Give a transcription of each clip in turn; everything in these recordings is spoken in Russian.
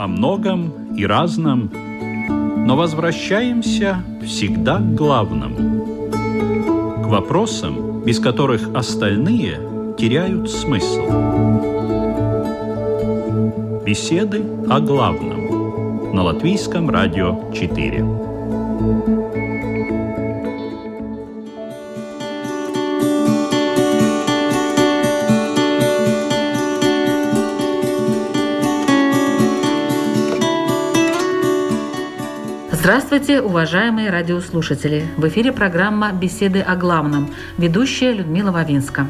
о многом и разном, но возвращаемся всегда к главному, к вопросам, без которых остальные теряют смысл. Беседы о главном на Латвийском радио 4. Здравствуйте, уважаемые радиослушатели! В эфире программа «Беседы о главном». Ведущая Людмила Вавинска.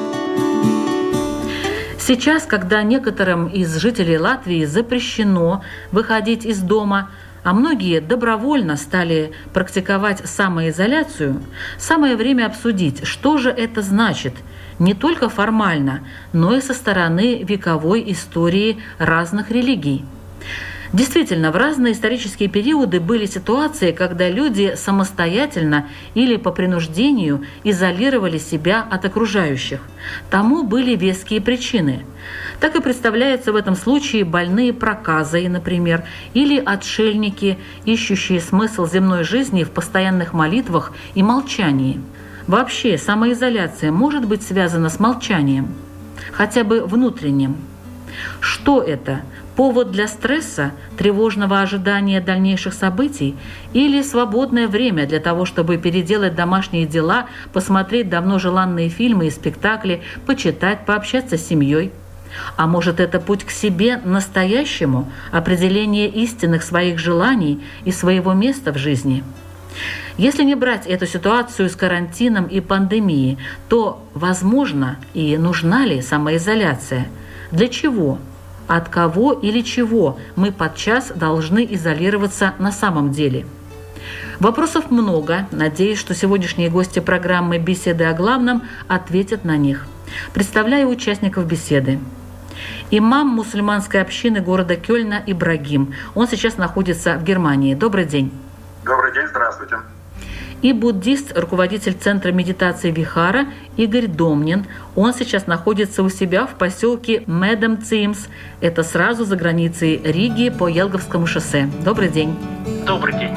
Сейчас, когда некоторым из жителей Латвии запрещено выходить из дома, а многие добровольно стали практиковать самоизоляцию, самое время обсудить, что же это значит не только формально, но и со стороны вековой истории разных религий. Действительно, в разные исторические периоды были ситуации, когда люди самостоятельно или по принуждению изолировали себя от окружающих. Тому были веские причины. Так и представляются в этом случае больные проказой, например, или отшельники, ищущие смысл земной жизни в постоянных молитвах и молчании. Вообще, самоизоляция может быть связана с молчанием, хотя бы внутренним. Что это? Повод для стресса, тревожного ожидания дальнейших событий или свободное время для того, чтобы переделать домашние дела, посмотреть давно желанные фильмы и спектакли, почитать, пообщаться с семьей? А может, это путь к себе настоящему, определение истинных своих желаний и своего места в жизни? Если не брать эту ситуацию с карантином и пандемией, то, возможно, и нужна ли самоизоляция? Для чего? От кого или чего мы подчас должны изолироваться на самом деле? Вопросов много. Надеюсь, что сегодняшние гости программы «Беседы о главном» ответят на них. Представляю участников беседы. Имам мусульманской общины города Кёльна Ибрагим. Он сейчас находится в Германии. Добрый день. Добрый день, здравствуйте. И буддист, руководитель Центра медитации Вихара Игорь Домнин. Он сейчас находится у себя в поселке Медемцимс. Это сразу за границей Риги по Елговскому шоссе. Добрый день. Добрый день.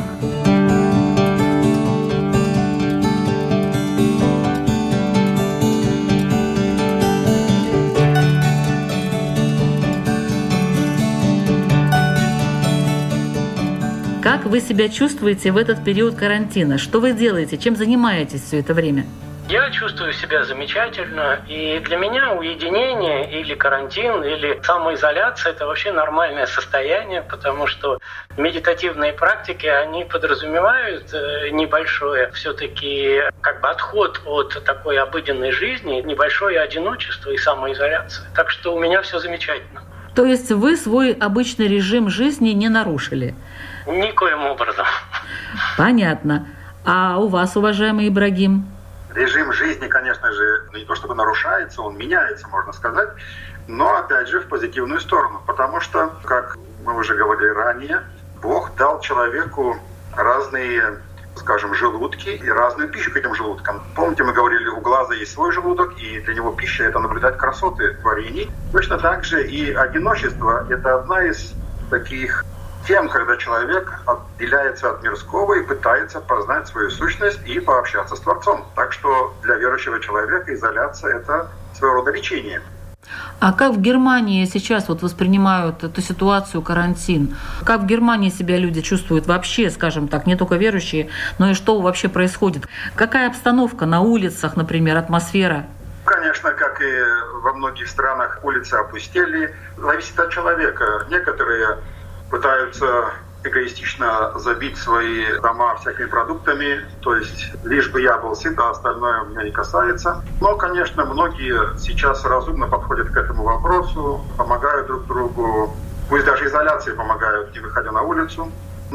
Как вы себя чувствуете в этот период карантина? Что вы делаете? Чем занимаетесь все это время? Я чувствую себя замечательно, и для меня уединение или карантин, или самоизоляция – это вообще нормальное состояние, потому что медитативные практики, они подразумевают небольшое все-таки отход от такой обыденной жизни, небольшое одиночество и самоизоляция. Так что у меня все замечательно. То есть вы свой обычный режим жизни не нарушили? Никоим образом. Понятно. А у вас, уважаемый Ибрагим? Режим жизни, конечно же, не то чтобы нарушается, он меняется, можно сказать, но, опять же, в позитивную сторону. Потому что, как мы уже говорили ранее, Бог дал человеку разные, скажем, желудки и разную пищу к этим желудкам. Помните, мы говорили, у глаза есть свой желудок, и для него пища – это наблюдать красоты творений. Точно так же и одиночество – это одна из таких тем, когда человек отделяется от мирского и пытается познать свою сущность и пообщаться с Творцом. Так что для верующего человека изоляция – это своего рода лечение. А как в Германии сейчас воспринимают эту ситуацию, карантин? Как в Германии себя люди чувствуют вообще, скажем так, не только верующие, но и что вообще происходит? Какая обстановка на улицах, например, атмосфера? Конечно, как и во многих странах, улицы опустели. Зависит от человека. Некоторые пытаются эгоистично забить свои дома всякими продуктами, то есть лишь бы я был сыт, а остальное меня не касается. Но, конечно, многие сейчас разумно подходят к этому вопросу, помогают друг другу, пусть даже изоляции помогают, не выходя на улицу.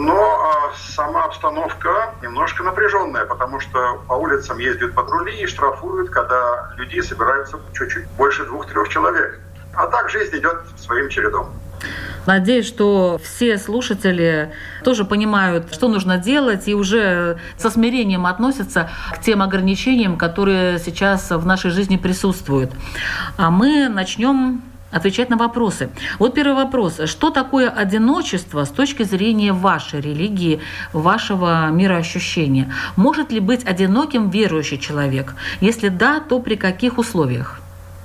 Но сама обстановка немножко напряженная, потому что по улицам ездят патрули и штрафуют, когда люди собираются чуть-чуть больше 2-3 человек. А так жизнь идет своим чередом. Надеюсь, что все слушатели тоже понимают, что нужно делать, и уже со смирением относятся к тем ограничениям, которые сейчас в нашей жизни присутствуют. А мы начнем отвечать на вопросы. Вот первый вопрос. Что такое одиночество с точки зрения вашей религии, вашего мироощущения? Может ли быть одиноким верующий человек? Если да, то при каких условиях?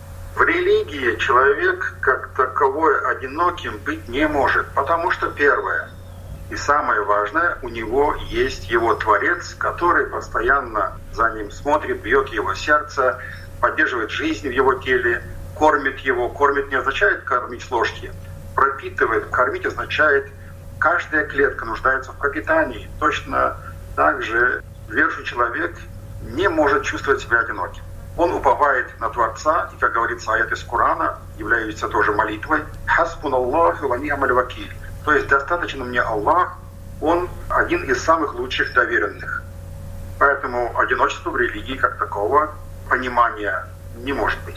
В религии человек как таковой одиноким быть не может, потому что первое и самое важное, у него есть его Творец, который постоянно за ним смотрит, бьет его сердце, поддерживает жизнь в его теле, кормит его. Кормит не означает кормить с ложки, пропитывает. Кормить означает, каждая клетка нуждается в пропитании. Точно так же верующий человек не может чувствовать себя одиноким. Он уповает на Творца, и, как говорится, аят из Корана, является тоже молитвой. «Хасбуналлаху ва ни'маль вакиль». То есть достаточно мне Аллах, Он один из самых лучших доверенных. Поэтому одиночества в религии как такого понимания не может быть.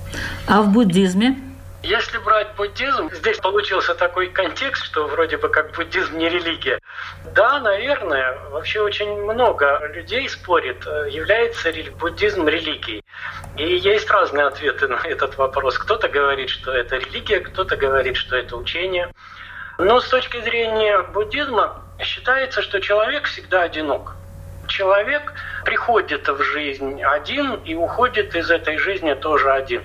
А в буддизме? Если брать буддизм, здесь получился такой контекст, что вроде бы как буддизм не религия. Да, наверное, вообще очень много людей спорит, является буддизм религией. И есть разные ответы на этот вопрос. Кто-то говорит, что это религия, кто-то говорит, что это учение. Но с точки зрения буддизма считается, что человек всегда одинок. Человек приходит в жизнь один и уходит из этой жизни тоже один.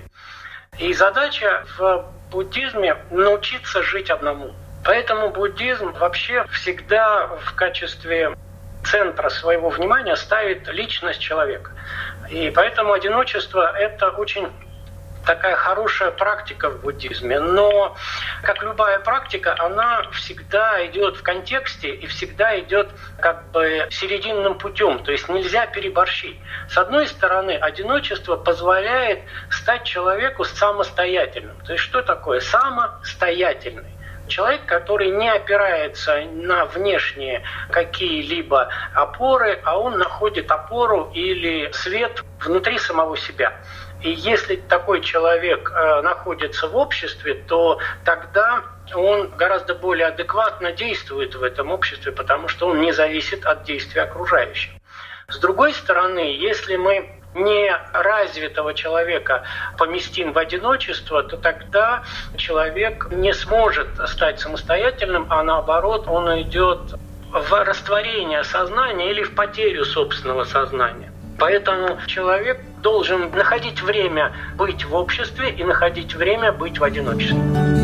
И задача в буддизме – научиться жить одному. Поэтому буддизм вообще всегда в качестве центра своего внимания ставит личность человека. И поэтому одиночество – это очень такая хорошая практика в буддизме. Но, как любая практика, она всегда идет в контексте и всегда идет как бы серединным путем. То есть нельзя переборщить. С одной стороны, одиночество позволяет стать человеку самостоятельным. То есть что такое самостоятельный? Человек, который не опирается на внешние какие-либо опоры, а он находит опору или свет внутри самого себя. И если такой человек находится в обществе, то тогда он гораздо более адекватно действует в этом обществе, потому что он не зависит от действий окружающих. С другой стороны, если мы неразвитого человека поместим в одиночество, то тогда человек не сможет стать самостоятельным, а наоборот он идет в растворение сознания или в потерю собственного сознания. Поэтому человек должен находить время быть в обществе и находить время быть в одиночестве.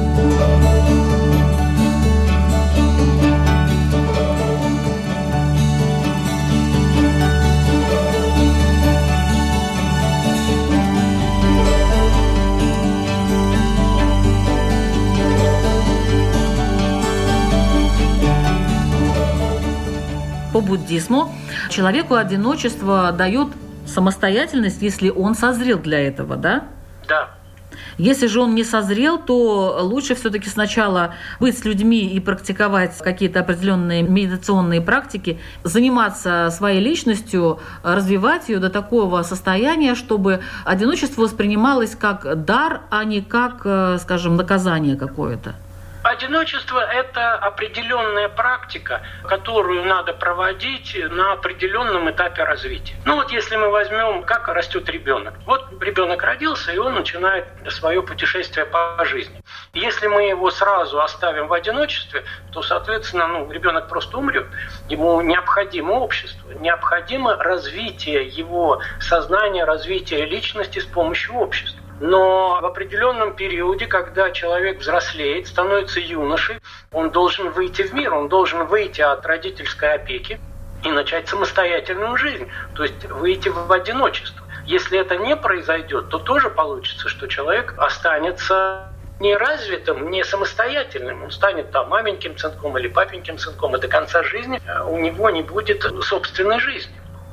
По буддизму человеку одиночество дает самостоятельность, если он созрел для этого, да? Да. Если же он не созрел, то лучше все-таки сначала быть с людьми и практиковать какие-то определенные медитационные практики, заниматься своей личностью, развивать ее до такого состояния, чтобы одиночество воспринималось как дар, а не как, скажем, наказание какое-то. Одиночество – это определенная практика, которую надо проводить на определенном этапе развития. Ну вот если мы возьмем, как растет ребенок. Вот ребенок родился, и он начинает свое путешествие по жизни. Если мы его сразу оставим в одиночестве, то, соответственно, ребенок просто умрет. Ему необходимо общество, необходимо развитие его сознания, развитие личности с помощью общества. Но в определенном периоде, когда человек взрослеет, становится юношей, он должен выйти в мир, он должен выйти от родительской опеки и начать самостоятельную жизнь, то есть выйти в одиночество. Если это не произойдет, то тоже получится, что человек останется неразвитым, не самостоятельным. Он станет маменьким сынком или папеньким сынком, и до конца жизни у него не будет собственной жизни.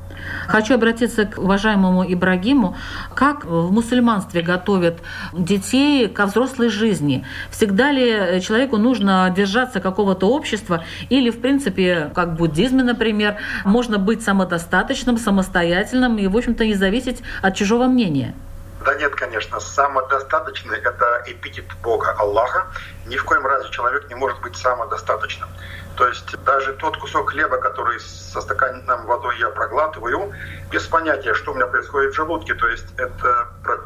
Хочу обратиться к уважаемому Ибрагиму. Как в мусульманстве готовят детей ко взрослой жизни? Всегда ли человеку нужно держаться какого-то общества? Или, в принципе, как в буддизме, например, можно быть самодостаточным, самостоятельным и, в общем-то, не зависеть от чужого мнения? Да нет, конечно. Самодостаточный – это эпитет Бога, Аллаха. Ни в коем разе человек не может быть самодостаточным. То есть даже тот кусок хлеба, который со стаканом водой я проглатываю, без понятия, что у меня происходит в желудке. То есть это пропитка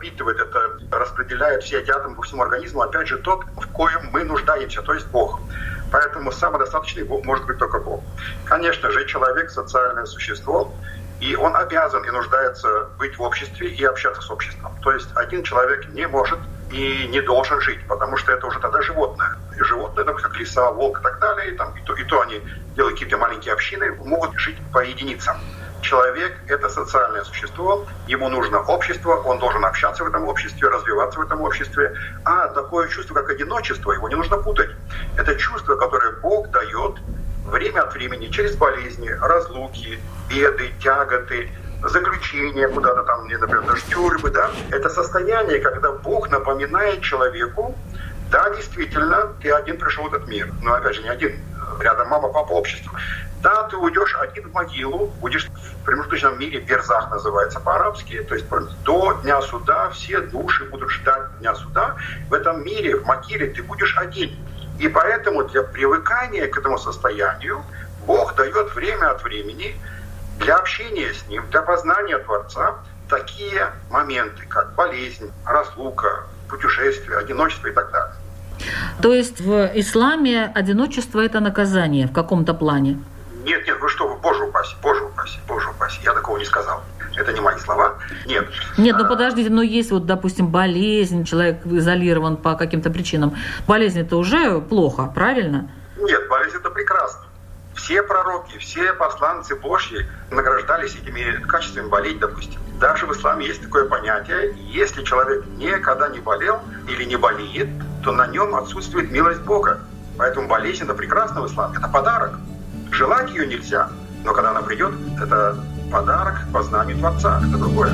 пропитывает, это распределяет все эти атомы по всему организму, опять же, тот, в коем мы нуждаемся, то есть Бог. Поэтому самодостаточный Бог может быть только Бог. Конечно же, человек — социальное существо, и он обязан и нуждается быть в обществе и общаться с обществом. То есть один человек не может и не должен жить, потому что это уже тогда животное. И животные, как лиса, волк и так далее, и то они делают какие-то маленькие общины, могут жить по единицам. Человек — это социальное существо, ему нужно общество, он должен общаться в этом обществе, развиваться в этом обществе. А такое чувство, как одиночество, его не нужно путать. Это чувство, которое Бог дает время от времени через болезни, разлуки, беды, тяготы, заключения куда-то там, например, даже тюрьмы, да. Это состояние, когда Бог напоминает человеку: да, действительно, ты один пришел в этот мир. Но опять же, не один, рядом мама, папа, общество. Да, ты уйдешь один в могилу, будешь в промежуточном мире, берзах называется по-арабски, то есть до дня суда все души будут ждать дня суда. В этом мире, в могиле, ты будешь один. И поэтому для привыкания к этому состоянию Бог дает время от времени для общения с Ним, для познания Творца такие моменты, как болезнь, разлука, путешествие, одиночество и так далее. То есть в исламе одиночество — это наказание в каком-то плане? Нет, вы что, Боже упаси, я такого не сказал. Это не мои слова. Нет. Нет, подождите, есть допустим, болезнь, человек изолирован по каким-то причинам. Болезнь — это уже плохо, правильно? Нет, болезнь — это прекрасно. Все пророки, все посланцы Божьи награждались этими качествами болеть, допустим. Даже в исламе есть такое понятие: если человек никогда не болел или не болеет, то на нем отсутствует милость Бога. Поэтому болезнь — это прекрасно в исламе, это подарок. Желать ее нельзя, но когда она придет, это подарок к познанию Творца, это другое.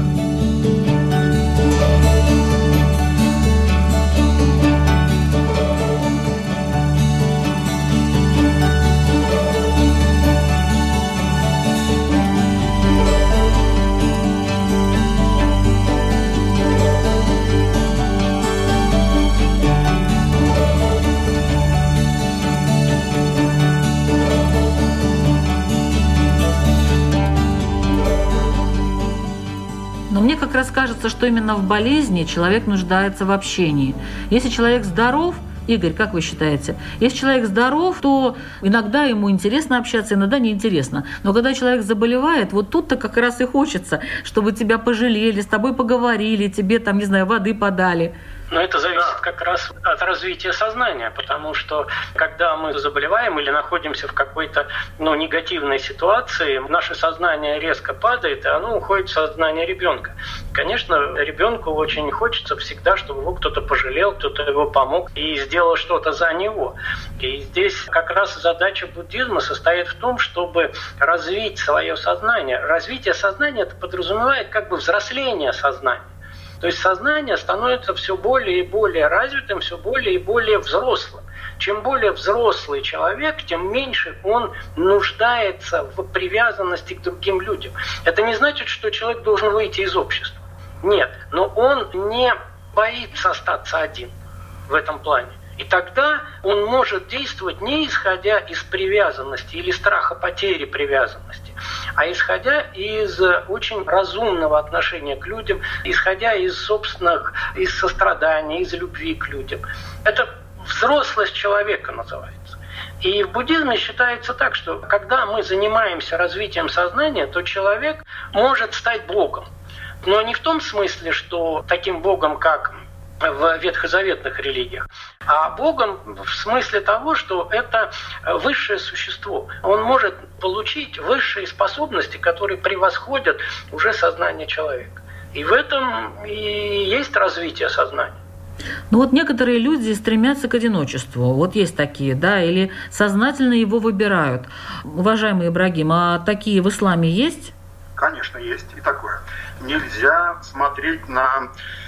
Мне как раз кажется, что именно в болезни человек нуждается в общении. Если человек здоров, Игорь, как вы считаете, если человек здоров, то иногда ему интересно общаться, иногда неинтересно. Но когда человек заболевает, вот тут-то как раз и хочется, чтобы тебя пожалели, с тобой поговорили, тебе воды подали. Но это зависит как раз от развития сознания, потому что когда мы заболеваем или находимся в какой-то негативной ситуации, наше сознание резко падает, и оно уходит в сознание ребенка. Конечно, ребенку очень хочется всегда, чтобы его кто-то пожалел, кто-то его помог и сделал что-то за него. И здесь как раз задача буддизма состоит в том, чтобы развить свое сознание. Развитие сознания — это подразумевает взросление сознания. То есть сознание становится все более и более развитым, все более и более взрослым. Чем более взрослый человек, тем меньше он нуждается в привязанности к другим людям. Это не значит, что человек должен выйти из общества. Нет, но он не боится остаться один в этом плане. И тогда он может действовать не исходя из привязанности или страха потери привязанности, а исходя из очень разумного отношения к людям, исходя из сострадания, из любви к людям. Это взрослость человека называется. И в буддизме считается так, что когда мы занимаемся развитием сознания, то человек может стать Богом. Но не в том смысле, что таким Богом, как в ветхозаветных религиях, а Богом в смысле того, что это высшее существо. Он может получить высшие способности, которые превосходят уже сознание человека. И в этом и есть развитие сознания. Некоторые люди стремятся к одиночеству. Есть такие, или сознательно его выбирают. Уважаемый Ибрагим, а такие в исламе есть? Конечно, есть и такое. Нельзя смотреть на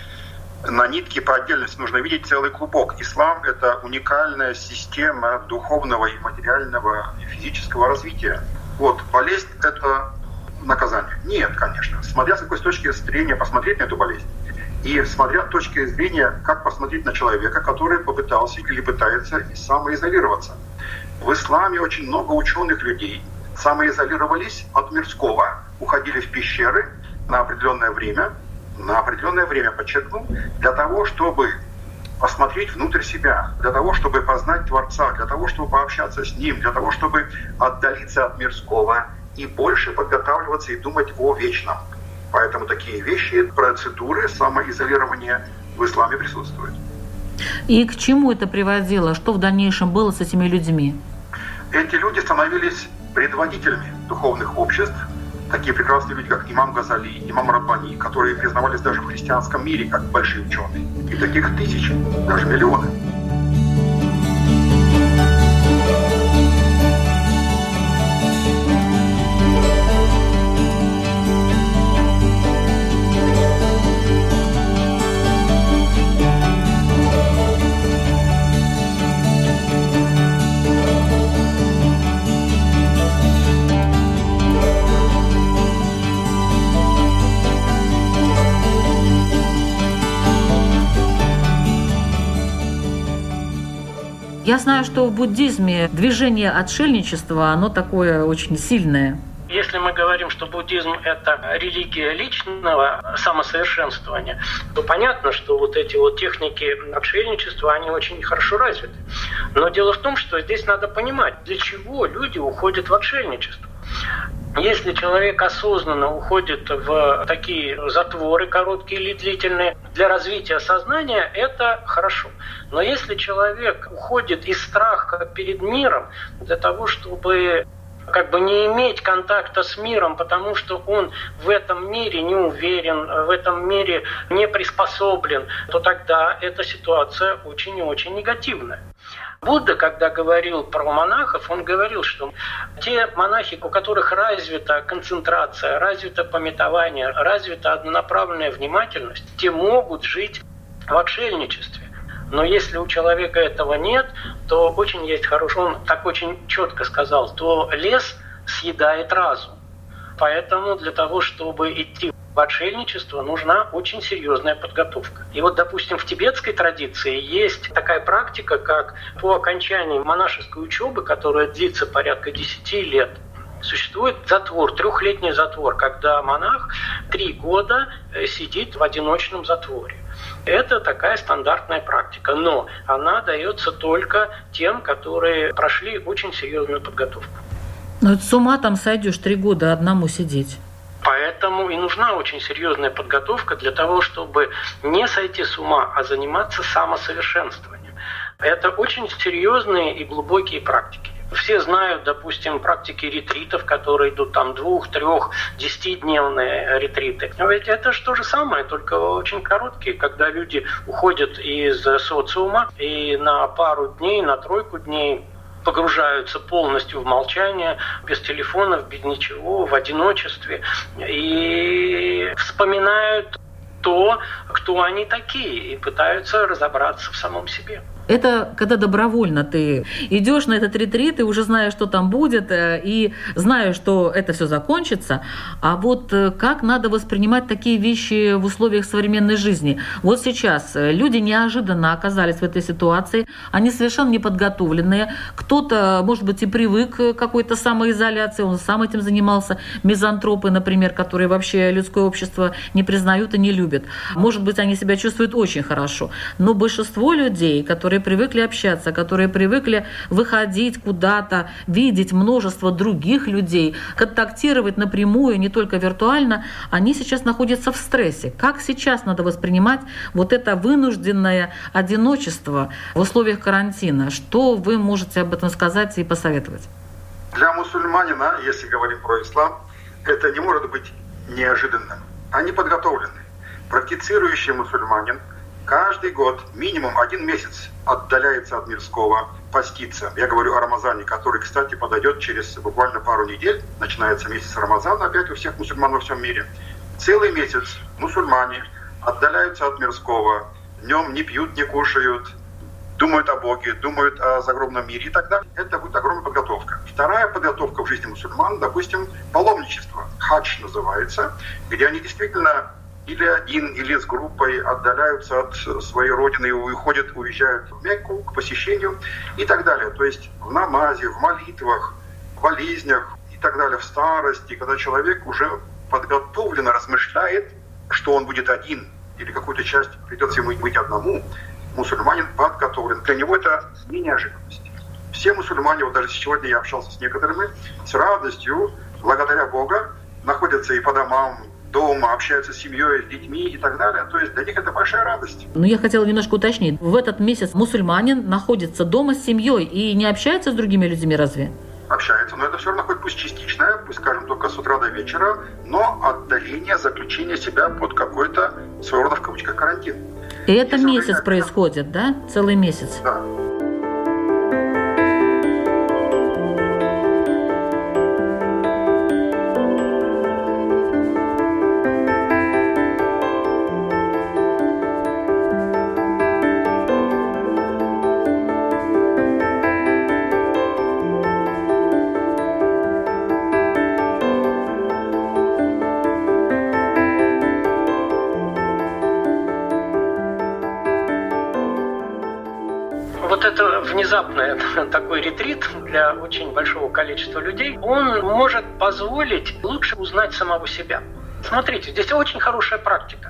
нитки по отдельности, нужно видеть целый клубок. Ислам — это уникальная система духовного и материального и физического развития. Болезнь — это наказание? Нет, конечно. Смотря с какой точки зрения посмотреть на эту болезнь. И смотря с точки зрения, как посмотреть на человека, который попытался или пытается самоизолироваться. В исламе очень много ученых людей самоизолировались от мирского, уходили в пещеры на определенное время на определенное время, подчеркну, для того, чтобы посмотреть внутрь себя, для того, чтобы познать Творца, для того, чтобы пообщаться с Ним, для того, чтобы отдалиться от мирского и больше подготавливаться и думать о вечном. Поэтому такие вещи, процедуры самоизолирования в исламе присутствуют. И к чему это приводило? Что в дальнейшем было с этими людьми? Эти люди становились предводителями духовных обществ. Такие прекрасные люди, как имам Газали, имам Раббани, которые признавались даже в христианском мире как большие ученые. И таких тысячи, даже миллионы. Я знаю, что в буддизме движение отшельничества, оно такое очень сильное. Если мы говорим, что буддизм – это религия личного самосовершенствования, то понятно, что вот эти вот техники отшельничества, они очень хорошо развиты. Но дело в том, что здесь надо понимать, для чего люди уходят в отшельничество. Если человек осознанно уходит в такие затворы, короткие или длительные, для развития сознания это хорошо. Но если человек уходит из страха перед миром для того, чтобы не иметь контакта с миром, потому что он в этом мире не уверен, в этом мире не приспособлен, то тогда эта ситуация очень и очень негативная. Будда, когда говорил про монахов, он говорил, что те монахи, у которых развита концентрация, развито памятование, развита однонаправленная внимательность, те могут жить в отшельничестве. Но если у человека этого нет, то очень есть хороший, он так очень четко сказал, то лес съедает разум. Поэтому для того, чтобы идти в отшельничество, нужна очень серьезная подготовка. И вот, допустим, в тибетской традиции есть такая практика, как по окончании монашеской учебы, которая длится порядка 10 лет, существует затвор, 3-летний затвор, когда монах 3 года сидит в одиночном затворе. Это такая стандартная практика, но она дается только тем, которые прошли очень серьезную подготовку. Но с ума там сойдешь 3 года одному сидеть. Поэтому и нужна очень серьезная подготовка для того, чтобы не сойти с ума, а заниматься самосовершенствованием. Это очень серьезные и глубокие практики. Все знают, допустим, практики ретритов, которые идут 2, 3, 10-дневные ретриты. Но ведь это же то же самое, только очень короткие, когда люди уходят из социума и на пару дней, на 3 дней погружаются полностью в молчание, без телефонов, без ничего, в одиночестве. И вспоминают то, кто они такие, и пытаются разобраться в самом себе. Это когда добровольно ты идешь на этот ретрит, и уже знаешь, что там будет, и знаешь, что это все закончится. А вот как надо воспринимать такие вещи в условиях современной жизни? Вот сейчас люди неожиданно оказались в этой ситуации, они совершенно неподготовленные. Кто-то, может быть, и привык к какой-то самоизоляции, он сам этим занимался. Мизантропы, например, которые вообще людское общество не признают и не любят. Может быть, они себя чувствуют очень хорошо. Но большинство людей, которые привыкли общаться, которые привыкли выходить куда-то, видеть множество других людей, контактировать напрямую, не только виртуально, они сейчас находятся в стрессе. Как сейчас надо воспринимать вот это вынужденное одиночество в условиях карантина? Что вы можете об этом сказать и посоветовать? Для мусульманина, если говорим про ислам, это не может быть неожиданным. Они подготовлены. Практицирующий мусульманин каждый год минимум 1 месяц отдаляется от мирского, постится. Я говорю о Рамазане, который, кстати, подойдет через буквально пару недель. Начинается месяц Рамазана опять у всех мусульман во всем мире. Целый месяц мусульмане отдаляются от мирского. Днем не пьют, не кушают, думают о Боге, думают о загробном мире и так далее. Это будет огромная подготовка. Вторая подготовка в жизни мусульман, допустим, паломничество. Хадж называется, где они действительно или один, или с группой отдаляются от своей родины и уезжают в Мекку к посещению и так далее. То есть в намазе, в молитвах, в болезнях и так далее, в старости, когда человек уже подготовленно размышляет что он будет один, или какую-то часть придется ему быть одному, мусульманин подготовлен. Для него это не неожиданность. Все мусульмане, вот даже сегодня я общался с некоторыми, с радостью, благодаря Богу, находятся и по домам, дома, общаются с семьей, с детьми и так далее. То есть для них это большая радость. Но я хотела немножко уточнить. В этот месяц мусульманин находится дома с семьей и не общается с другими людьми, разве? Общается, но это все равно хоть пусть частичное, пусть, скажем, только с утра до вечера, но отдаление, заключение себя под какой-то своего рода в кавычках карантин. И это месяц происходит, да? Целый месяц? Да. Внезапный такой ретрит для очень большого количества людей, он может позволить лучше узнать самого себя. Смотрите, здесь очень хорошая практика.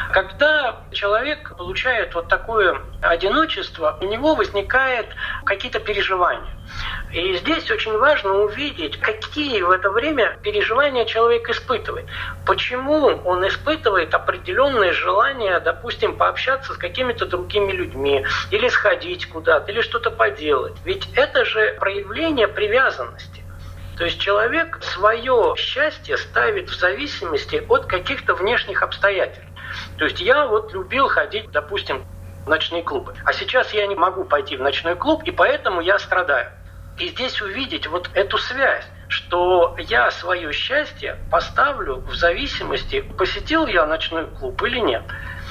Когда человек получает вот такое одиночество, у него возникают какие-то переживания. И здесь очень важно увидеть, какие в это время переживания человек испытывает. Почему он испытывает определенные желания, допустим, пообщаться с какими-то другими людьми, или сходить куда-то, или что-то поделать. Ведь это же проявление привязанности. То есть человек свое счастье ставит в зависимости от каких-то внешних обстоятельств. То есть я вот любил ходить, допустим, в ночные клубы. А сейчас я не могу пойти в ночной клуб, и поэтому я страдаю. И здесь увидеть вот эту связь, что я свое счастье поставлю в зависимости, посетил я ночной клуб или нет.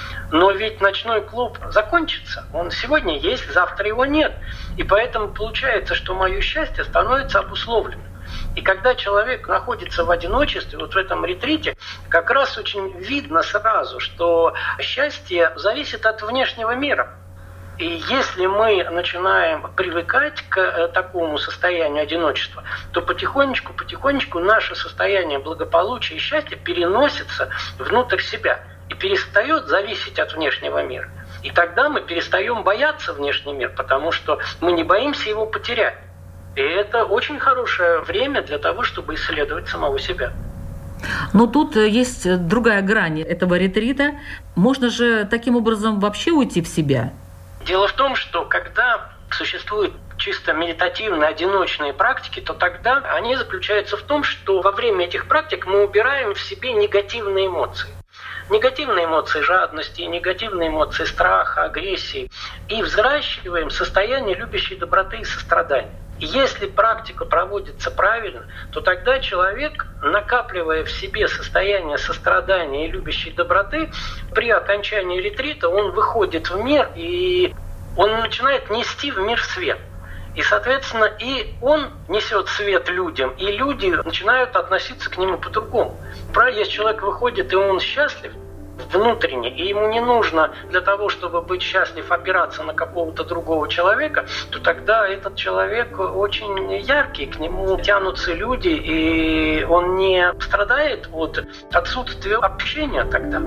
Но ведь ночной клуб закончится. Он сегодня есть, завтра его нет. И поэтому получается, что мое счастье становится обусловленным. И когда человек находится в одиночестве, вот в этом ретрите, как раз очень видно сразу, что счастье зависит от внешнего мира. И если мы начинаем привыкать к такому состоянию одиночества, то потихонечку наше состояние благополучия и счастья переносится внутрь себя и перестает зависеть от внешнего мира. И тогда мы перестаем бояться внешний мир, потому что мы не боимся его потерять. И это очень хорошее время для того, чтобы исследовать самого себя. Но тут есть другая грань этого ретрита. Можно же таким образом вообще уйти в себя? Дело в том, что когда существуют чисто медитативные, одиночные практики, то тогда они заключаются в том, что во время этих практик мы убираем в себе негативные эмоции. Негативные эмоции жадности, негативные эмоции страха, агрессии. И взращиваем состояние любящей доброты и сострадания. И если практика проводится правильно, то тогда человек, накапливая в себе состояние сострадания и любящей доброты, при окончании ретрита он выходит в мир и он начинает нести в мир свет. И, соответственно, и он несет свет людям, и люди начинают относиться к нему по-другому. Правильно, если человек выходит и он счастлив внутренне, и ему не нужно для того, чтобы быть счастлив, опираться на какого-то другого человека, то тогда этот человек очень яркий, к нему тянутся люди, и он не страдает от отсутствия общения тогда.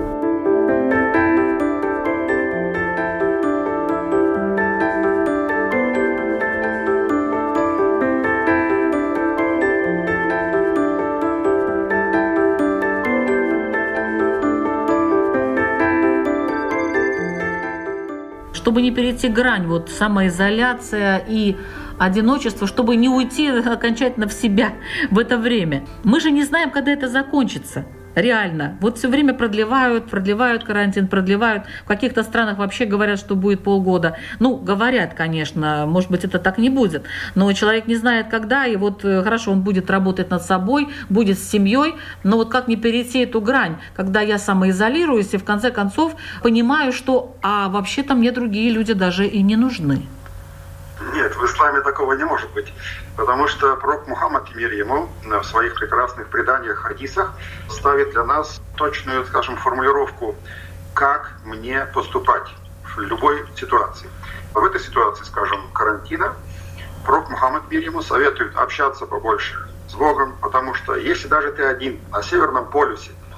Чтобы не перейти грань, вот самоизоляция и одиночество, чтобы не уйти окончательно в себя в это время. Мы же не знаем, когда это закончится. Реально. Вот все время продлевают карантин, продлевают. В каких-то странах вообще говорят, что будет полгода. Ну, говорят, конечно, может быть, это так не будет. Но человек не знает, когда. И вот хорошо, он будет работать над собой, будет с семьей. Но вот как не перейти эту грань, когда я самоизолируюсь и в конце концов понимаю, что вообще-то мне другие люди даже и не нужны. Нет, в исламе такого не может быть, потому что пророк Мухаммад, мир ему, в своих прекрасных преданиях, хадисах ставит для нас точную, скажем, формулировку, как мне поступать в любой ситуации. В этой ситуации, скажем, карантина, пророк Мухаммад, мир ему, советует общаться побольше с Богом, потому что если даже ты один на Северном полюсе,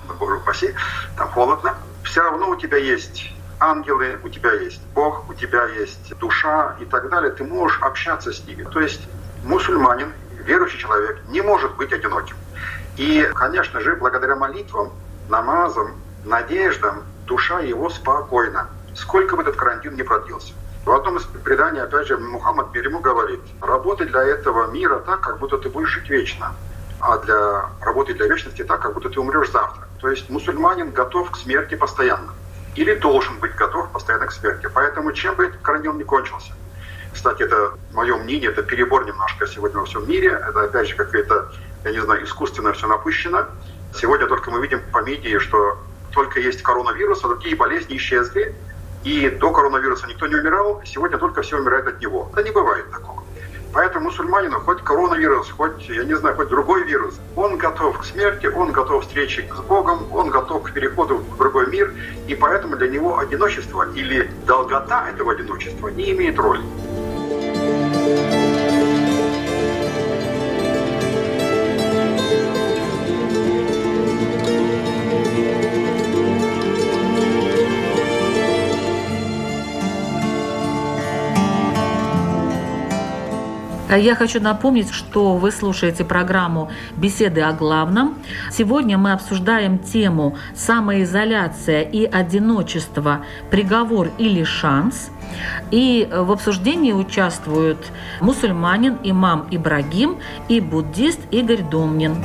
боже упаси, там холодно, все равно у тебя есть ангелы, у тебя есть Бог, у тебя есть душа и так далее. Ты можешь общаться с ними. То есть мусульманин, верующий человек, не может быть одиноким. И, конечно же, благодаря молитвам, намазам, надеждам, душа его спокойна, сколько бы этот карантин ни продлился. В одном из преданий, опять же, Мухаммад мир ему говорит: работай для этого мира так, как будто ты будешь жить вечно, а для работы для вечности так, как будто ты умрешь завтра. То есть мусульманин готов к смерти постоянно. Или должен быть готов постоянно к смерти. Поэтому чем бы этот карантин ни кончился. Кстати, это мое мнение, это перебор немножко сегодня во всем мире. Это опять же какое-то, я не знаю, искусственно все напущено. Сегодня только мы видим по медиа, что только есть коронавирус, а другие болезни исчезли. И до коронавируса никто не умирал, сегодня только все умирают от него. Да не бывает такого. Поэтому мусульманину хоть коронавирус, хоть, я не знаю, хоть другой вирус, он готов к смерти, он готов к встрече с Богом, он готов к переходу в другой мир. И поэтому для него одиночество или долгота этого одиночества не имеет роли. Я хочу напомнить, что вы слушаете программу «Беседы о главном». Сегодня мы обсуждаем тему «Самоизоляция и одиночество. Приговор или шанс?». И в обсуждении участвуют мусульманин имам Ибрагим и буддист Игорь Домнин.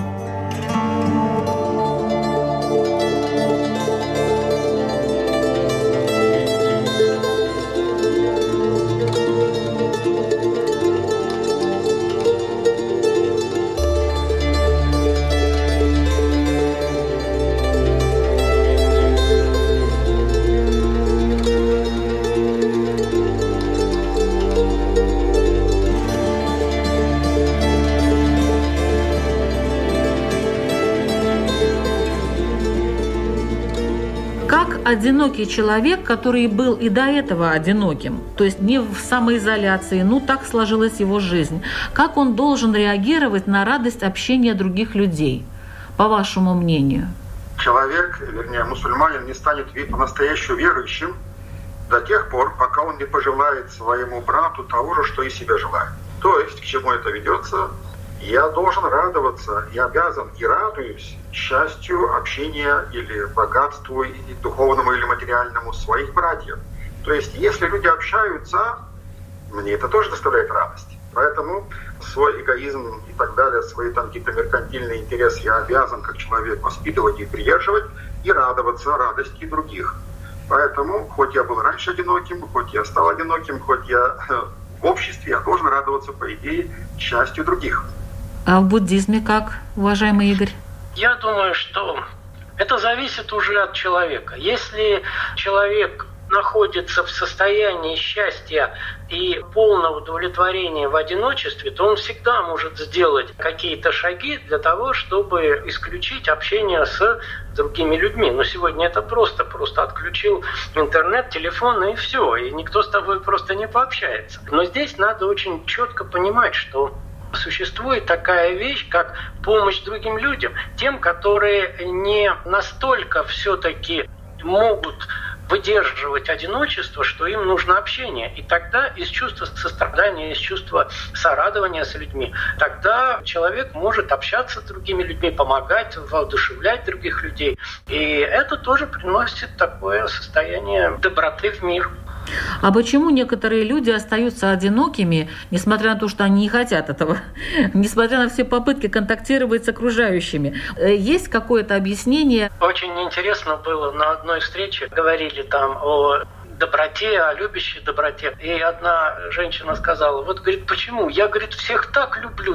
Одинокий человек, который был и до этого одиноким, то есть не в самоизоляции, так сложилась его жизнь. Как он должен реагировать на радость общения других людей, по вашему мнению? Человек, вернее, мусульманин не станет по-настоящему верующим до тех пор, пока он не пожелает своему брату того же, что и себе желает. То есть, к чему это ведется? Я должен радоваться, я обязан и радуюсь счастью, общения или богатству, и духовному или материальному своих братьев. То есть, если люди общаются, мне это тоже доставляет радость. Поэтому свой эгоизм и так далее, свои там какие-то меркантильные интересы я обязан как человек воспитывать и придерживать, и радоваться радости других. Поэтому, хоть я был раньше одиноким, хоть я стал одиноким, хоть я в обществе, я должен радоваться, по идее, счастью других. А в буддизме как, уважаемый Игорь? Я думаю, что это зависит уже от человека. Если человек находится в состоянии счастья и полного удовлетворения в одиночестве, то он всегда может сделать какие-то шаги для того, чтобы исключить общение с другими людьми. Но сегодня это просто отключил интернет, телефон и все, и никто с тобой просто не пообщается. Но здесь надо очень четко понимать, что существует такая вещь, как помощь другим людям, тем, которые не настолько все-таки могут выдерживать одиночество, что им нужно общение. И тогда из чувства сострадания, из чувства сорадования с людьми, тогда человек может общаться с другими людьми, помогать, воодушевлять других людей. И это тоже приносит такое состояние доброты в мир. А почему некоторые люди остаются одинокими, несмотря на то, что они не хотят этого, несмотря на все попытки контактировать с окружающими? Есть какое-то объяснение? Очень интересно было на одной встрече, говорили там о доброте, о любящей доброте. И одна женщина сказала, говорит, почему? Я, говорит, всех так люблю,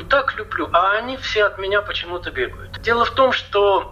а они все от меня почему-то бегают. Дело в том, что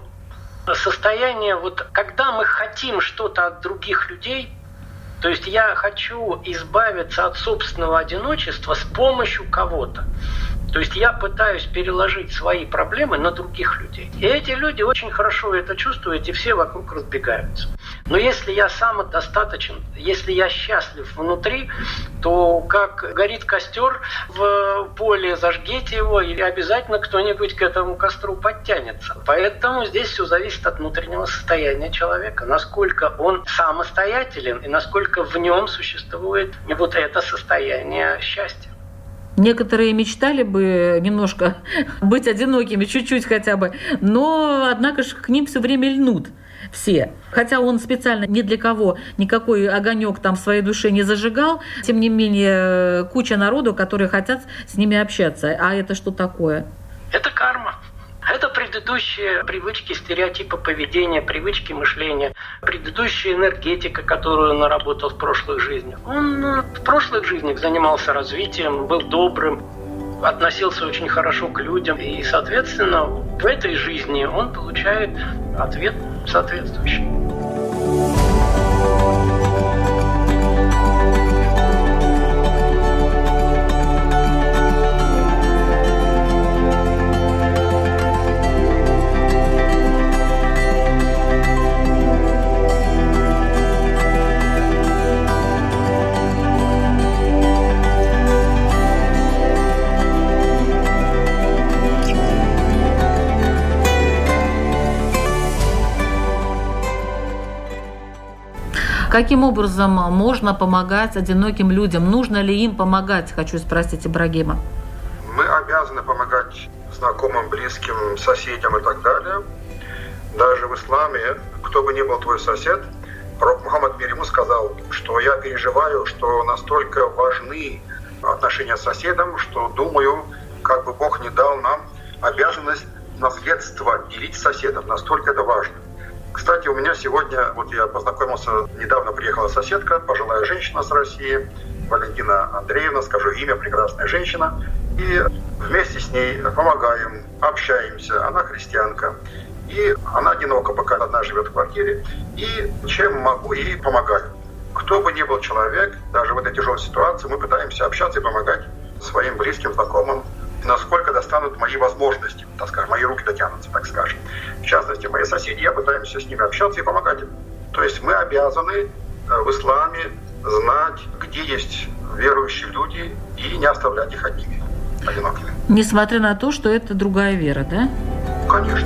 состояние, когда мы хотим что-то от других людей, то есть я хочу избавиться от собственного одиночества с помощью кого-то. То есть я пытаюсь переложить свои проблемы на других людей. И эти люди очень хорошо это чувствуют, и все вокруг разбегаются. Но если я самодостаточен, если я счастлив внутри, то как горит костер в поле, зажгите его, и обязательно кто-нибудь к этому костру подтянется. Поэтому здесь все зависит от внутреннего состояния человека, насколько он самостоятелен и насколько в нем существует вот это состояние счастья. Некоторые мечтали бы немножко быть одинокими, чуть-чуть хотя бы, но, однако же, к ним все время льнут все. Хотя он специально ни для кого никакой огонек там в своей душе не зажигал, тем не менее куча народу, которые хотят с ними общаться. А это что такое? Это карма. Это предыдущие привычки, стереотипы поведения, привычки мышления, предыдущая энергетика, которую он наработал в прошлых жизнях. Он в прошлых жизнях занимался развитием, был добрым, относился очень хорошо к людям. И, соответственно, в этой жизни он получает ответ соответствующий. Каким образом можно помогать одиноким людям? Нужно ли им помогать, хочу спросить Ибрагима. Мы обязаны помогать знакомым, близким, соседям и так далее. Даже в исламе, кто бы ни был твой сосед, пророк Мухаммад мир ему сказал, что я переживаю, что настолько важны отношения с соседом, что думаю, как бы Бог не дал нам обязанность наследства делить с соседом. Настолько это важно. Кстати, у меня сегодня, вот я познакомился, недавно приехала соседка, пожилая женщина с России, Валентина Андреевна, скажу имя, прекрасная женщина. И вместе с ней помогаем, общаемся. Она христианка. И она одинока, пока одна живет в квартире. И чем могу, ей помогаю. Кто бы ни был человек, даже в этой тяжелой ситуации, мы пытаемся общаться и помогать своим близким, знакомым, насколько достанут мои возможности, так скажем, мои руки дотянутся, так скажем. В частности, мои соседи, я пытаемся с ними общаться и помогать им. То есть мы обязаны в исламе знать, где есть верующие люди, и не оставлять их одними, одинокими. Несмотря на то, что это другая вера, да? Конечно.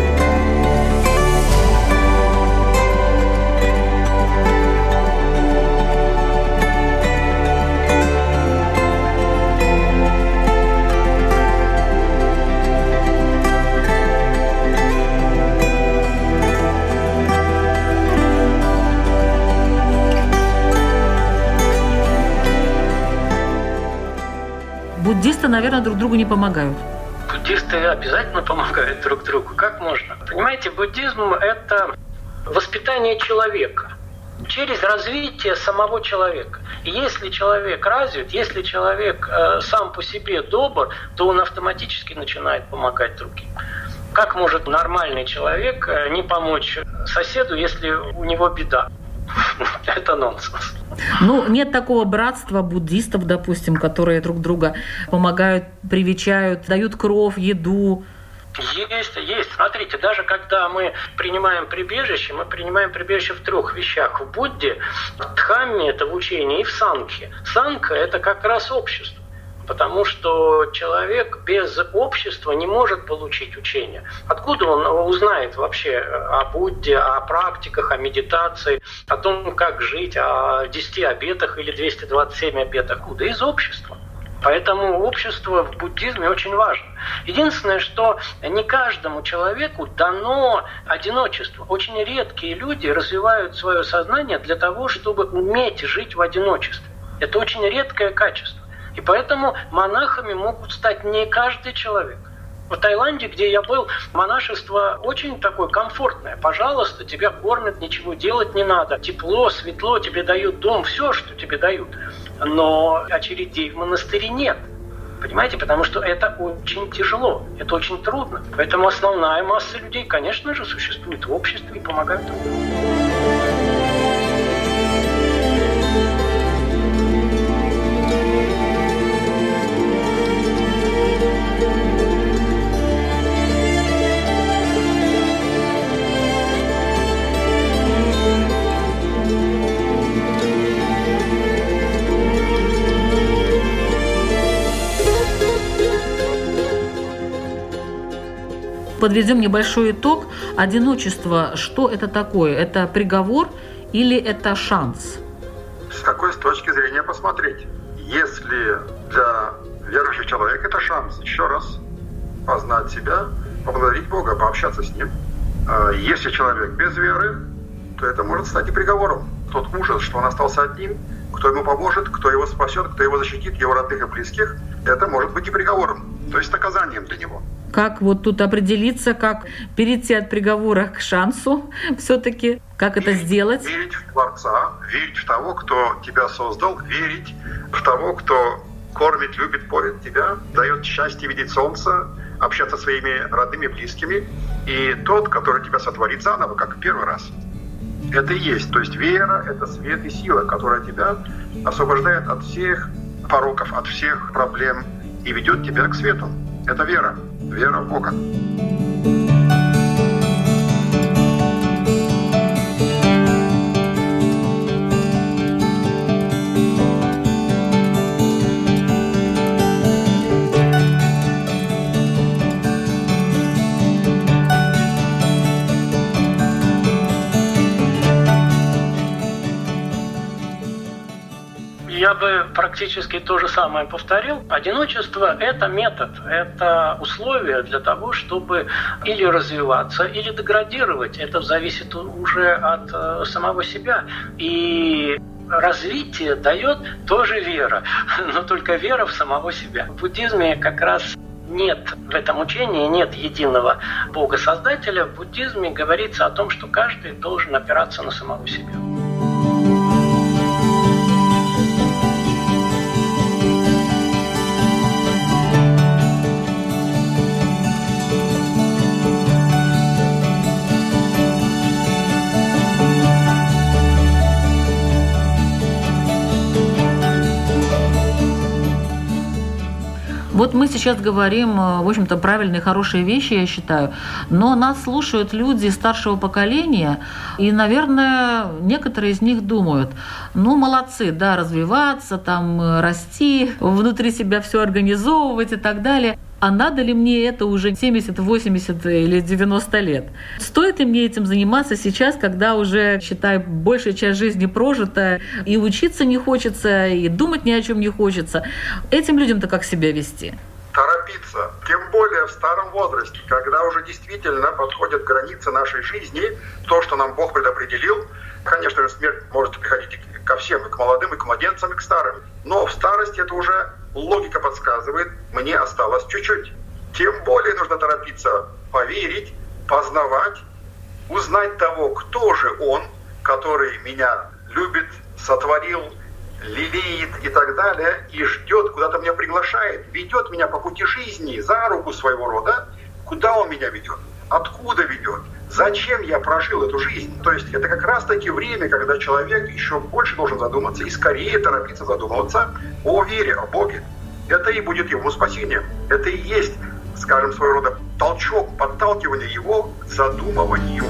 Буддисты, наверное, друг другу не помогают. Буддисты обязательно помогают друг другу. Как можно? Понимаете, буддизм – это воспитание человека через развитие самого человека. И если человек развит, если человек сам по себе добр, то он автоматически начинает помогать другим. Как может нормальный человек не помочь соседу, если у него беда? Это нонсенс. Ну, нет такого братства буддистов, допустим, которые друг друга помогают, привечают, дают кров, еду. Есть. Смотрите, даже когда мы принимаем прибежище, мы принимаем прибежище в 3 вещах. В Будде, в Дхамме, это в учении, и в Сангхе. Сангха – это как раз общество. Потому что человек без общества не может получить учение. Откуда он узнает вообще о Будде, о практиках, о медитации, о том, как жить, о 10 обетах или 227 обетах? Откуда? Из общества. Поэтому общество в буддизме очень важно. Единственное, что не каждому человеку дано одиночество. Очень редкие люди развивают свое сознание для того, чтобы уметь жить в одиночестве. Это очень редкое качество. И поэтому монахами могут стать не каждый человек. В Таиланде, где я был, монашество очень такое комфортное. Пожалуйста, тебя кормят, ничего делать не надо. Тепло, светло, тебе дают дом, все, что тебе дают. Но очередей в монастыре нет. Понимаете, потому что это очень тяжело, это очень трудно. Поэтому основная масса людей, конечно же, существует в обществе и помогают друг другу. подведем небольшой итог. Одиночество, что это такое? Это приговор или это шанс? С какой точки зрения посмотреть? Если для верующего человека это шанс еще раз познать себя, поблагодарить Бога, пообщаться с Ним. Если человек без веры, то это может стать и приговором. Тот ужас, что он остался одним, кто ему поможет, кто его спасет, кто его защитит, его родных и близких, это может быть и приговором, то есть наказанием для него. Как вот тут определиться, как перейти от приговора к шансу все-таки? Как это сделать? Верить в Творца, верить в того, кто тебя создал, верить в того, кто кормит, любит, поет тебя, дает счастье видеть солнце, общаться со своими родными, близкими, и тот, который тебя сотворит заново, как в первый раз. Это и есть. То есть вера – это свет и сила, которая тебя освобождает от всех пороков, от всех проблем и ведет тебя к свету. Это вера. Вера в Бога. Я бы практически то же самое повторил. Одиночество – это метод, это условие для того, чтобы или развиваться, или деградировать. Это зависит уже от самого себя. И развитие дает тоже вера, но только вера в самого себя. В буддизме как раз нет в этом учении, нет единого Бога-создателя. В буддизме говорится о том, что каждый должен опираться на самого себя. Вот мы сейчас говорим, в общем-то, правильные, хорошие вещи, я считаю, но нас слушают люди старшего поколения, и, наверное, некоторые из них думают, ну, молодцы, да, развиваться, там, расти, внутри себя все организовывать и так далее. А надо ли мне это уже 70, 80 или 90 лет? Стоит ли мне этим заниматься сейчас, когда уже, считай, большая часть жизни прожита, и учиться не хочется, и думать ни о чем не хочется? Этим людям-то как себя вести? Торопиться. Тем более в старом возрасте, когда уже действительно подходят границы нашей жизни, то, что нам Бог предопределил. Конечно же, смерть может приходить ко всем, и к молодым, и к младенцам, и к старым. Но в старости это уже логика подсказывает, мне осталось чуть-чуть. Тем более нужно торопиться поверить, познавать, узнать того, кто же Он, который меня любит, сотворил, лелеет и так далее, и ждет, куда-то меня приглашает, ведет меня по пути жизни, за руку своего рода. Куда Он меня ведет? Откуда ведет? Зачем я прожил эту жизнь? То есть это как раз-таки время, когда человек еще больше должен задуматься и скорее торопиться задумываться о вере, о Боге. Это и будет его спасением. Это и есть, скажем, своего рода толчок, подталкивание его к задумыванию.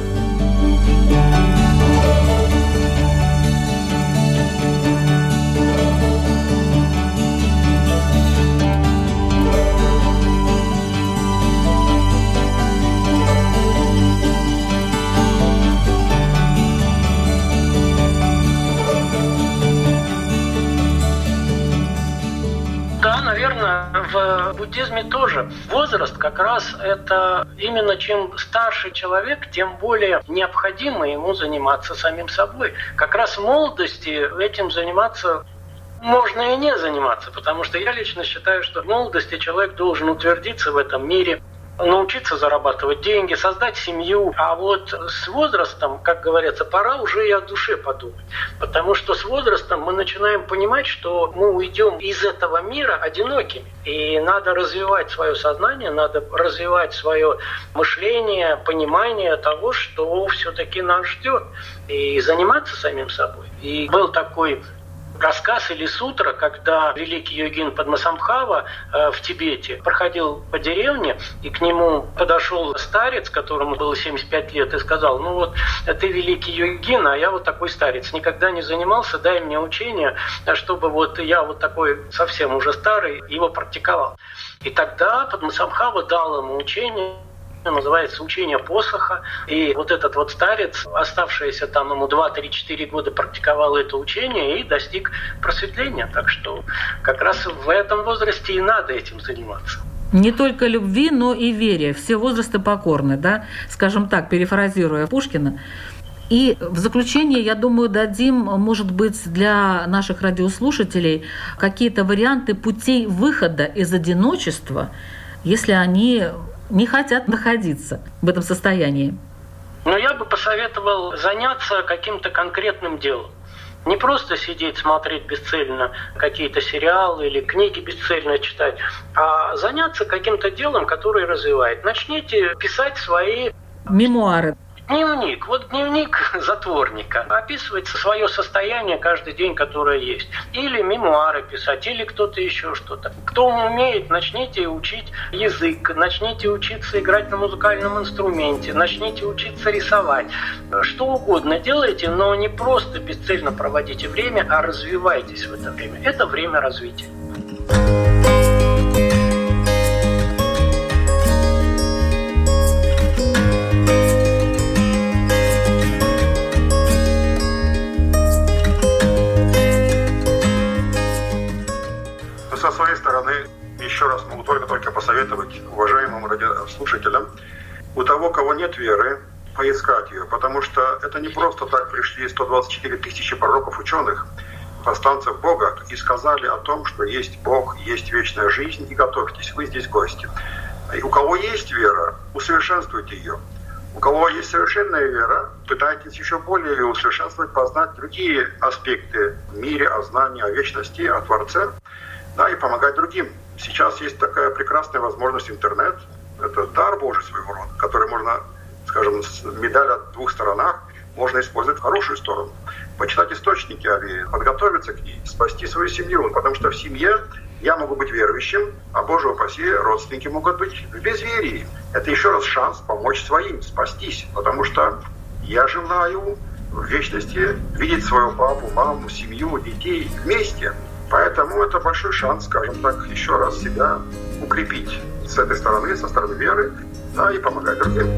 В буддизме тоже возраст как раз это именно чем старше человек, тем более необходимо ему заниматься самим собой. Как раз в молодости этим заниматься можно и не заниматься, потому что я лично считаю, что в молодости человек должен утвердиться в этом мире, научиться зарабатывать деньги, создать семью. А вот с возрастом, как говорится, пора уже и о душе подумать. Потому что с возрастом мы начинаем понимать, что мы уйдем из этого мира одинокими. И надо развивать свое сознание, надо развивать свое мышление, понимание того, что все-таки нас ждет. И заниматься самим собой. И был такой рассказ или сутра, когда великий йогин Падмасамбхава в Тибете проходил по деревне, и к нему подошел старец, которому было 75 лет, и сказал: ну вот, ты великий йогин, а я вот такой старец, никогда не занимался, дай мне учение, чтобы вот я вот такой совсем уже старый его практиковал. И тогда Падмасамбхава дал ему учение называется «Учение посоха». И вот этот вот старец, оставшиеся там ему 2-3-4 года, практиковал это учение и достиг просветления. Так что как раз в этом возрасте и надо этим заниматься. Не только любви, но и вере. Все возрасты покорны, да? Скажем так, перефразируя Пушкина. И в заключение, я думаю, дадим, может быть, для наших радиослушателей какие-то варианты путей выхода из одиночества, если они не хотят находиться в этом состоянии. Но я бы посоветовал заняться каким-то конкретным делом. Не просто сидеть, смотреть бесцельно какие-то сериалы или книги бесцельно читать, а заняться каким-то делом, которое развивает. Начните писать свои мемуары. Дневник. Вот дневник затворника. Описывать свое состояние каждый день, которое есть. Или мемуары писать, или кто-то еще что-то. Кто умеет, начните учить язык, начните учиться играть на музыкальном инструменте, начните учиться рисовать. Что угодно делайте, но не просто бесцельно проводите время, а развивайтесь в это время. Это время развития. Со своей стороны, еще раз могу только посоветовать уважаемым радиослушателям, у того, кого нет веры, поискать ее, потому что это не просто так пришли 124 тысячи пророков, ученых, посланцев Бога, и сказали о том, что есть Бог, есть вечная жизнь, и готовьтесь, вы здесь гости. И у кого есть вера, усовершенствуйте ее. У кого есть совершенная вера, пытайтесь еще более ее усовершенствовать, познать другие аспекты в мире, о знании, о вечности, о Творце. Да, и помогать другим. Сейчас есть такая прекрасная возможность интернет. Это дар Божий своего рода, который можно, скажем, медаль от двух сторонах можно использовать в хорошую сторону. Почитать источники о вере, подготовиться к ней, спасти свою семью. Потому что в семье я могу быть верующим, а, Боже упаси, родственники могут быть в безверии. Это еще раз шанс помочь своим, спастись. Потому что я желаю в вечности видеть своего папу, маму, семью, детей вместе. Поэтому это большой шанс, скажем так, еще раз себя укрепить с этой стороны, со стороны веры, да, и помогать другим.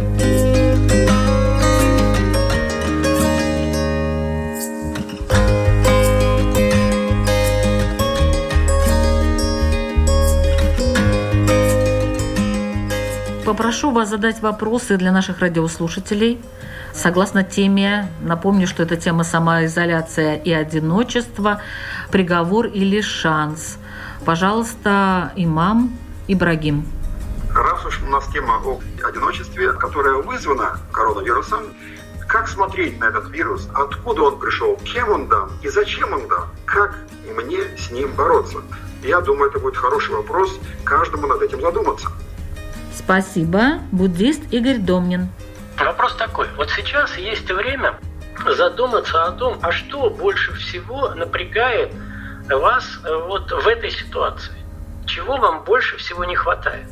Попрошу вас задать вопросы для наших радиослушателей. Согласно теме, напомню, что это тема самоизоляция и одиночество, приговор или шанс. Пожалуйста, имам Ибрагим. Раз уж у нас тема о одиночестве, которая вызвана коронавирусом, как смотреть на этот вирус, откуда он пришел, кем он дан и зачем он дан, как мне с ним бороться? Я думаю, это будет хороший вопрос, каждому над этим задуматься. Спасибо. Буддист Игорь Домнин. Вопрос такой. Вот сейчас есть время задуматься о том, а что больше всего напрягает вас вот в этой ситуации. Чего вам больше всего не хватает.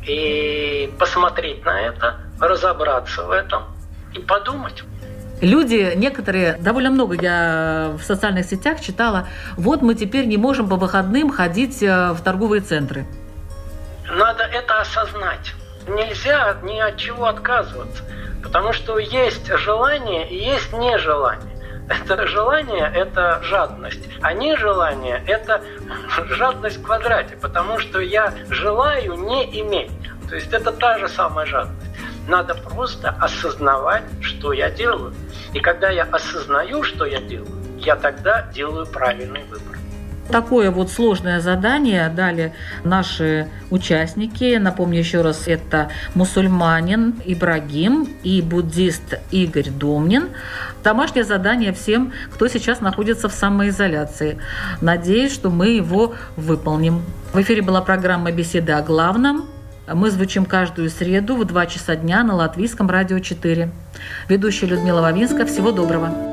И посмотреть на это, разобраться в этом и подумать. Люди, некоторые, довольно много я в социальных сетях читала, вот мы теперь не можем по выходным ходить в торговые центры. Надо это осознать. Нельзя ни от чего отказываться. Потому что есть желание и есть нежелание. Это желание – это жадность, а нежелание – это жадность в квадрате, потому что я желаю не иметь. То есть это та же самая жадность. Надо просто осознавать, что я делаю. И когда я осознаю, что я делаю, я тогда делаю правильный выбор. Такое вот сложное задание дали наши участники. Напомню еще раз, это мусульманин Ибрагим и буддист Игорь Домнин. Домашнее задание всем, кто сейчас находится в самоизоляции. Надеюсь, что мы его выполним. В эфире была программа «Беседы о главном». Мы звучим каждую среду в 2 часа дня на Латвийском радио 4. Ведущая Людмила Вавинска. Всего доброго.